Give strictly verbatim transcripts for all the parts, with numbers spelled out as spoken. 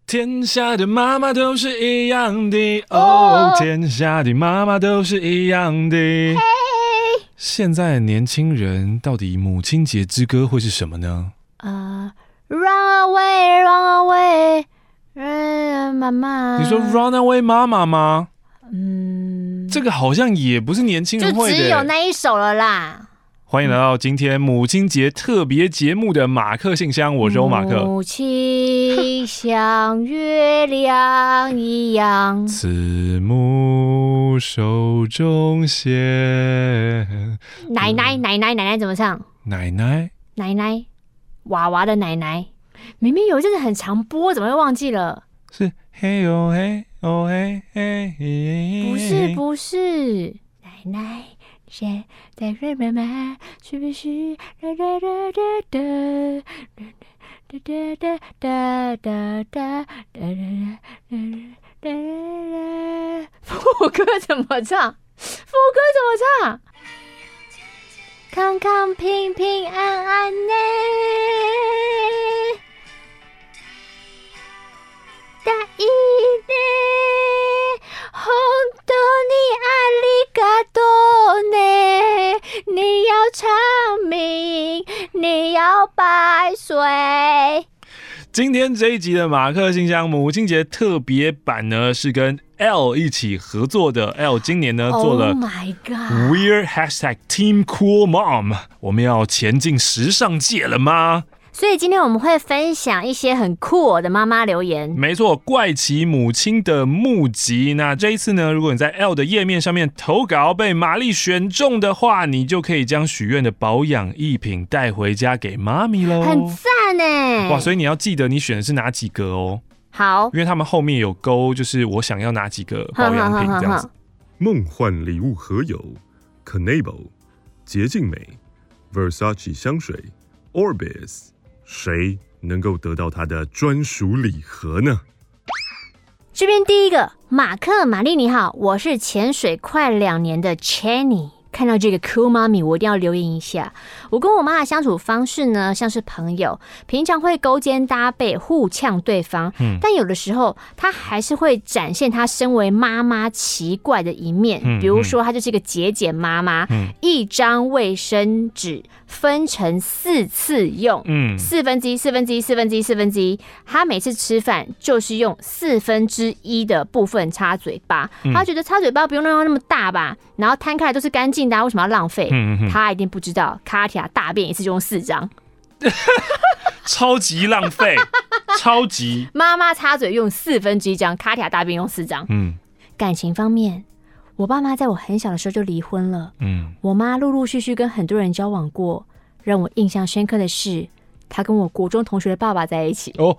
天下的妈妈都是一样的哦，天下的妈妈都是一样的。Hey. 现在年轻人到底母亲节之歌会是什么呢？ 呃、uh, ，Run away, run away， 嗯，妈妈。 你说 Run away 妈妈吗？ 嗯， 这个好像也不是年轻人会的， 就只有那一首了啦。 欢迎来到今天母亲节特别节目的马克信箱，我是欧马克。 母亲像月亮一样， 慈母手中线。 奶奶奶奶奶奶怎么唱？ 奶奶奶奶娃娃的奶奶，明明有一阵子很常播，怎么会忘记了？ 是嘿哟嘿哦嘿嘿嘿， 不是不是，奶奶。现在人们们是不是哒哒哒哒哒哒哒哒哒哒哒？副歌怎么唱？副歌怎么唱？康康平平安安呢，大一呢，红豆你阿里嘎多。你要长命，你要百岁。 今天这一集的马克信箱母亲节特别版呢，是跟 L 一起合作的。L 今年呢、oh、做了 We're Hashtag Team Cool Mom， 我们要前进时尚界了吗？ 所以今天我们会分享一些很酷的妈妈留言。 没错，怪奇母亲的募集。那这一次呢，如果你在 L 的页面上面投稿被玛丽选中的话，你就可以将许愿的保养艺品带回家给妈咪咯。 很赞耶！ 哇，所以你要记得你选的是哪几个哦。 好， 因为他们后面有勾，就是我想要哪几个保养品这样子。 梦幻礼物盒有 Canable 洁净美 Versace 香水 Orbis。谁能够得到他的专属礼盒呢？ 这边第一个，马克玛丽你好，我是潜水快两年的 Chenny。看到这个 Cool 妈咪，我一定要留言一下。我跟我妈的相处方式呢，像是朋友，平常会勾肩搭背，互呛对方。嗯，但有的时候，她还是会展现她身为妈妈奇怪的一面。嗯，比如说，她就是一个节俭妈妈，嗯，一张卫生纸分成四次用，嗯，四分之一，四分之一，四分之一，四分之一。她每次吃饭就是用四分之一的部分擦嘴巴，嗯，她觉得擦嘴巴不用弄到那么大吧，然后摊开来都是干净。大家为什么要浪费？嗯嗯，他一定不知道，卡提亚大便一次就用四张， 超级浪费，超级。 妈妈擦嘴用四分之一张，卡提亚大便用四张。嗯，感情方面，我爸妈在我很小的时候就离婚了。嗯，我妈陆陆续续跟很多人交往过，让我印象深刻的是，她跟我国中同学的爸爸在一起。 哦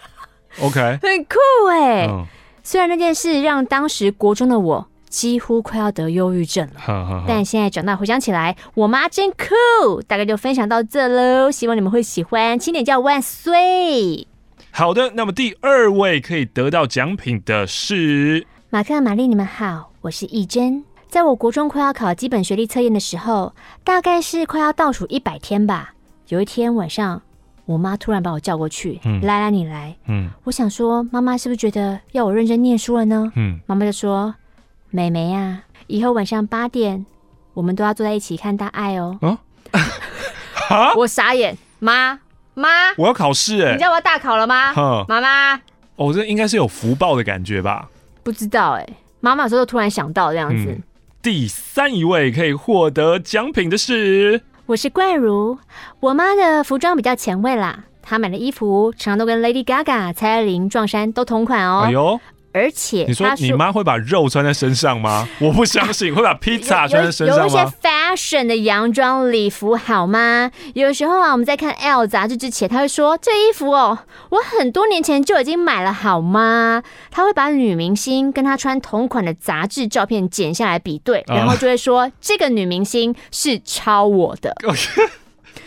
，OK， 很酷哎，欸嗯。虽然那件事让当时国中的我几乎快要得忧郁症了，呵呵呵，但现在长大回想起来，我妈真酷。大概就分享到这喽，希望你们会喜欢。请点叫万岁。 好的，那么第二位可以得到奖品的是马克、玛丽，你们好，我是义珍。在我国中快要考基本学历测验的时候，大概是快要倒数一百天吧。有一天晚上，我妈突然把我叫过去，嗯、来来，你来。嗯，我想说，妈妈是不是觉得要我认真念书了呢？嗯，妈妈就说。妹妹啊，以后晚上八点，我们都要坐在一起看大爱哦。啊、我傻眼，妈妈， 我要考试哎、欸！ 你知道我要大考了吗？妈妈， 哦，这应该是有福报的感觉吧？ 不知道哎、欸，妈妈有时候突然想到这样子。嗯、 第三一位可以获得奖品的是， 我是冠如，我妈的服装比较前卫啦，她买的衣服常常都跟 Lady Gaga、蔡依林、撞衫都同款哦。哎呦！而且你说你妈会把肉穿在身上吗？我不相信会把披萨穿在身上吗？有, 有, 有一些 fashion 的洋装礼服好吗？有时候啊，我们在看 L 杂志之前，她会说这衣服哦，我很多年前就已经买了好吗？她会把女明星跟她穿同款的杂志照片剪下来比对，然后就会说、uh. 这个女明星是抄我的。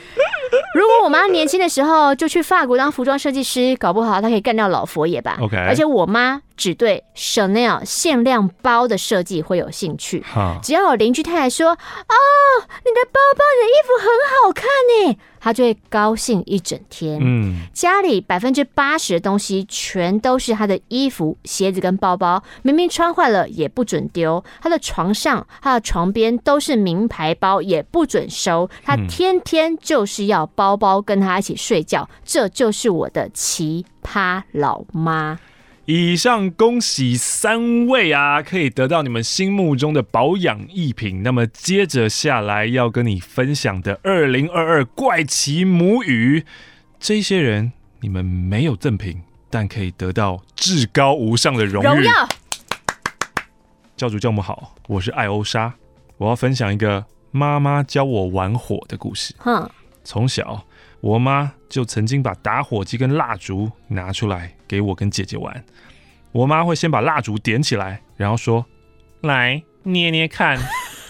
如果我妈年轻的时候就去法国当服装设计师，搞不好她可以干掉老佛爷吧。 OK， 而且我妈只对 Chanel 限量包的设计会有兴趣。只要有邻居太太说：“哦，你的包包、你的衣服很好看呢”，她就会高兴一整天。嗯，家里百分之八十的东西全都是她的衣服、鞋子跟包包，明明穿坏了也不准丢。她的床上、她的床边都是名牌包，也不准收。她天天就是要包包跟她一起睡觉，这就是我的奇葩老妈。 以上恭喜三位啊，可以得到你们心目中的保养艺品。那么接着下来要跟你分享的二零二二怪奇母语，这些人你们没有赠品，但可以得到至高无上的荣誉。荣耀，教主教母好，我是艾欧莎，我要分享一个妈妈教我玩火的故事。哼，从小我妈就曾经把打火机跟蜡烛拿出来给我跟姐姐玩。我妈会先把蜡烛点起来，然后说：“来捏捏看。”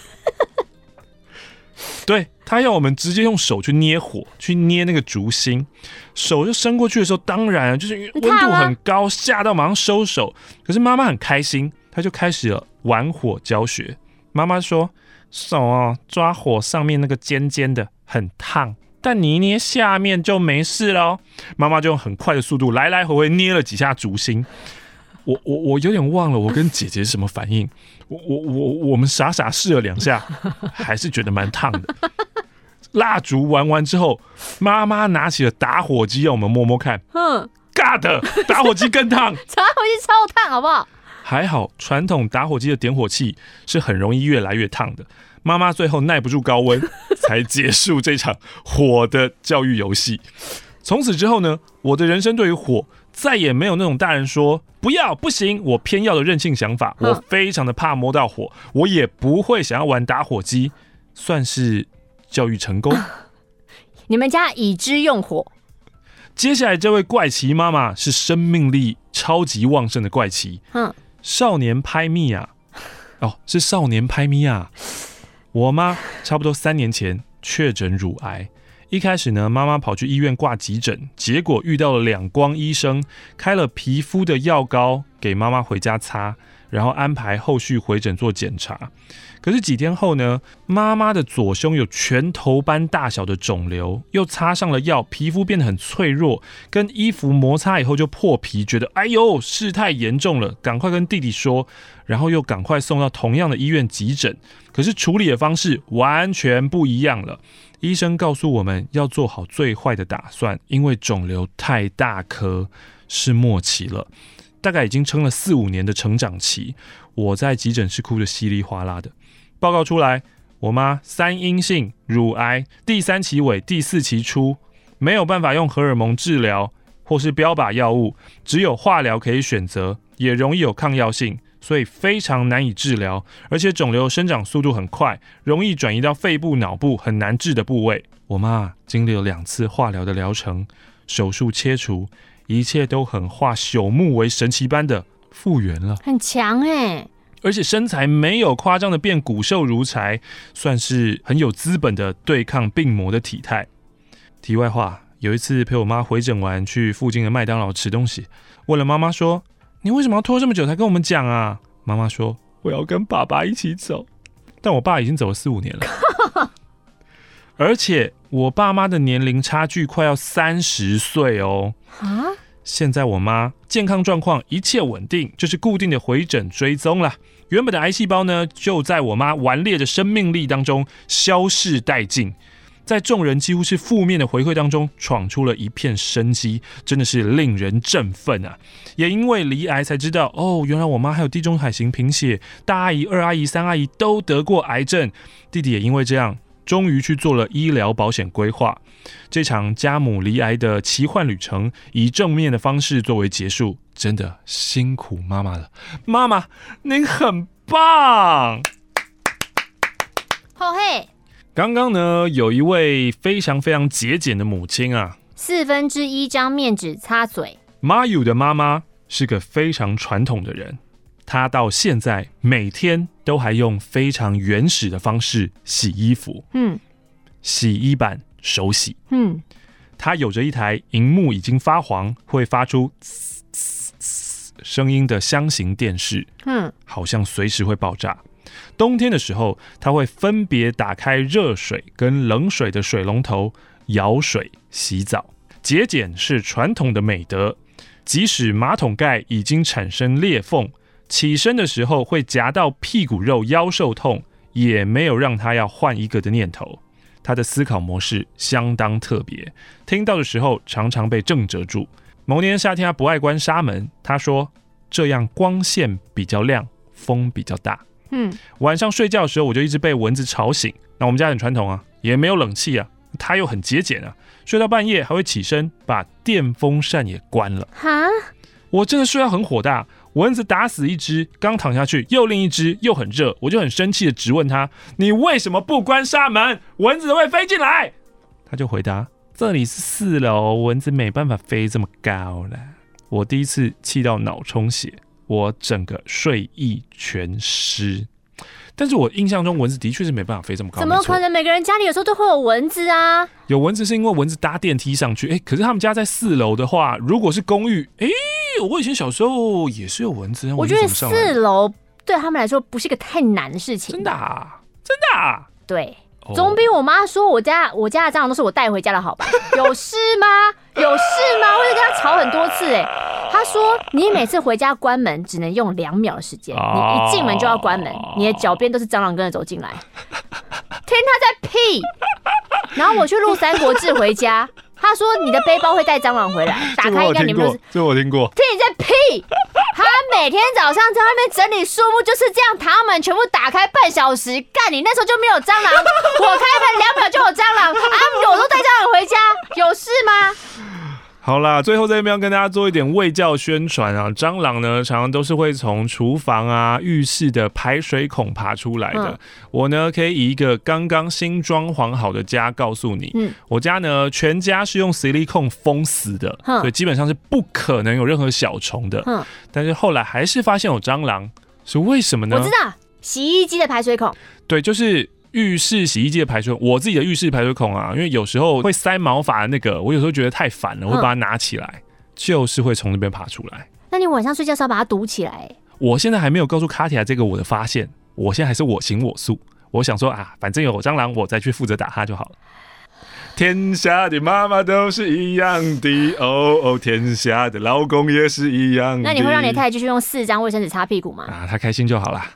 对，她要我们直接用手去捏火，去捏那个烛芯。手就伸过去的时候，当然就是温度很高，吓到马上收手。可是妈妈很开心，她就开始了玩火教学。妈妈说：“手哦，抓火上面那个尖尖的，很烫。但你捏下面就没事了。”妈妈就用很快的速度来来回回捏了几下烛芯。我我我有点忘了我跟姐姐是什么反应。我我我我们傻傻试了两下，还是觉得蛮烫的。蜡烛玩完之后，妈妈拿起了打火机要我们摸摸看。嗯，尬的，打火机更烫。 打火机超烫，好不好？ 还好，传统打火机的点火器是很容易越来越烫的。妈妈最后耐不住高温，才结束这场火的教育游戏。从此之后呢，我的人生对于火再也没有那种大人说不要不行，我偏要的任性想法。我非常的怕摸到火，我也不会想要玩打火机，算是教育成功。 你们家已知用火。 接下来这位怪奇妈妈是生命力超级旺盛的怪奇。少年拍咪啊，哦，是少年拍咪啊。我妈差不多三年前确诊乳癌，一开始呢，妈妈跑去医院挂急诊，结果遇到了两光医生，开了皮肤的药膏给妈妈回家擦，然后安排后续回诊做检查。可是几天后呢，妈妈的左胸有拳头般大小的肿瘤，又擦上了药，皮肤变得很脆弱，跟衣服摩擦以后就破皮，觉得哎呦事态严重了，赶快跟弟弟说，然后又赶快送到同样的医院急诊。可是处理的方式完全不一样了。医生告诉我们要做好最坏的打算，因为肿瘤太大颗，是末期了，大概已经撑了四五年的成长期。我在急诊室哭得稀里哗啦的。报告出来，我妈三阴性乳癌，第三期尾，第四期初，没有办法用荷尔蒙治疗或是标靶药物，只有化疗可以选择，也容易有抗药性，所以非常难以治疗，而且肿瘤生长速度很快，容易转移到肺部、脑部，很难治的部位。我妈经历了两次化疗的疗程，手术切除，一切都很化朽木为神奇般的复原了， 很强哎。 而且身材没有夸张的变骨瘦如柴，算是很有资本的对抗病魔的体态。题外话，有一次陪我妈回诊完，去附近的麦当劳吃东西，问了妈妈说：“你为什么要拖这么久才跟我们讲啊？”妈妈说：“我要跟爸爸一起走。”但我爸已经走了四五年了，而且我爸妈的年龄差距快要三十岁哦。啊？现在我妈健康状况一切稳定，就是固定的回诊追踪啦。原本的癌细胞呢，就在我妈顽劣的生命力当中消逝殆尽，在众人几乎是负面的回馈当中闯出了一片生机，真的是令人振奋啊！也因为罹癌才知道，哦，原来我妈还有地中海型贫血，大阿姨、二阿姨、三阿姨都得过癌症，弟弟也因为这样终于去做了医疗保险规划。这场家母罹癌的奇幻旅程以正面的方式作为结束，真的辛苦妈妈了，妈妈您很棒。 好嘿， 刚刚呢有一位非常非常节俭的母亲啊， 四分之一张面纸擦嘴。 妈友的妈妈是个非常传统的人，她到现在每天都还用非常原始的方式洗衣服。嗯，洗衣板手洗。 嗯， 它有着一台萤幕已经发黄，会发出呲呲呲声音的箱型电视， 嗯， 好像随时会爆炸。冬天的时候，它会分别打开热水跟冷水的水龙头，舀水洗澡。节俭是传统的美德，即使马桶盖已经产生裂缝，起身的时候会夹到屁股肉，腰受痛，也没有让他要换一个的念头。他的思考模式相当特别，听到的时候常常被震慑住。某年夏天，他不爱关纱门，他说这样光线比较亮，风比较大。 嗯， 晚上睡觉的时候，我就一直被蚊子吵醒。那我们家很传统啊，也没有冷气啊，他又很节俭啊，睡到半夜还会起身把电风扇也关了。 哈， 我真的睡到很火大，蚊子打死一只，刚躺下去又另一只，又很热，我就很生气的质问他：你为什么不关纱门？蚊子会飞进来。他就回答：这里是四楼，蚊子没办法飞这么高了。我第一次气到脑充血，我整个睡意全失。但是我印象中蚊子的确是没办法飞这么高， 怎么可能？每个人家里有时候都会有蚊子啊。 有蚊子是因为蚊子搭电梯上去，哎，可是他们家在四楼的话，如果是公寓，哎，我以前小时候也是有蚊子。 我觉得四楼对他们来说不是一个太难的事情。 真的啊？真的啊？ 对。总比我妈说我家我家的蟑螂都是我带回家的好吧？有事吗？有事吗？我就跟她吵很多次哎、欸。她说你每次回家关门只能用两秒的时间，你一进门就要关门，你的脚边都是蟑螂跟着走进来。听她在屁。然后我去录《三国志》回家，她说你的背包会带蟑螂回来，打开一看你们都是。 这我听过。 听你在屁。他每天早上在外面整理树木，就是这样，他们全部打开半小时。干，你那时候就没有蟑螂，我开门两秒就有蟑螂啊！我都带蟑螂回家，有事吗？ 好啦，最后在这边要跟大家做一点卫教宣传啊！蟑螂呢，常常都是会从厨房啊、浴室的排水孔爬出来的。嗯、我呢，可以以一个刚刚新装潢好的家告诉你，嗯，我家呢全家是用矽利康封死的，嗯、所以基本上是不可能有任何小虫的。嗯、但是后来还是发现有蟑螂，是为什么呢？ 我知道，洗衣机的排水孔。 对，就是。浴室洗衣机的排水孔，我自己的浴室排水孔啊，因为有时候会塞毛发的那个，我有时候觉得太烦了，我会把它拿起来，嗯、就是会从那边爬出来。 那你晚上睡觉是要把它堵起来？ 我现在还没有告诉卡提亚这个我的发现，我现在还是我行我素。我想说啊，反正有蟑螂，我再去负责打它就好了。天下的妈妈都是一样的，哦哦，天下的老公也是一样的。 那你会让你太太继续用四张卫生纸擦屁股吗？ 啊，她开心就好啦。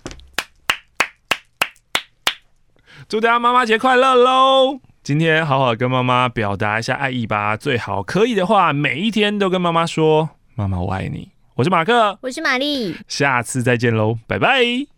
祝大家妈妈节快乐喽！今天好好跟妈妈表达一下爱意吧，最好可以的话，每一天都跟妈妈说：“妈妈，我爱你。”我是马克， 我是玛丽， 下次再见喽，拜拜。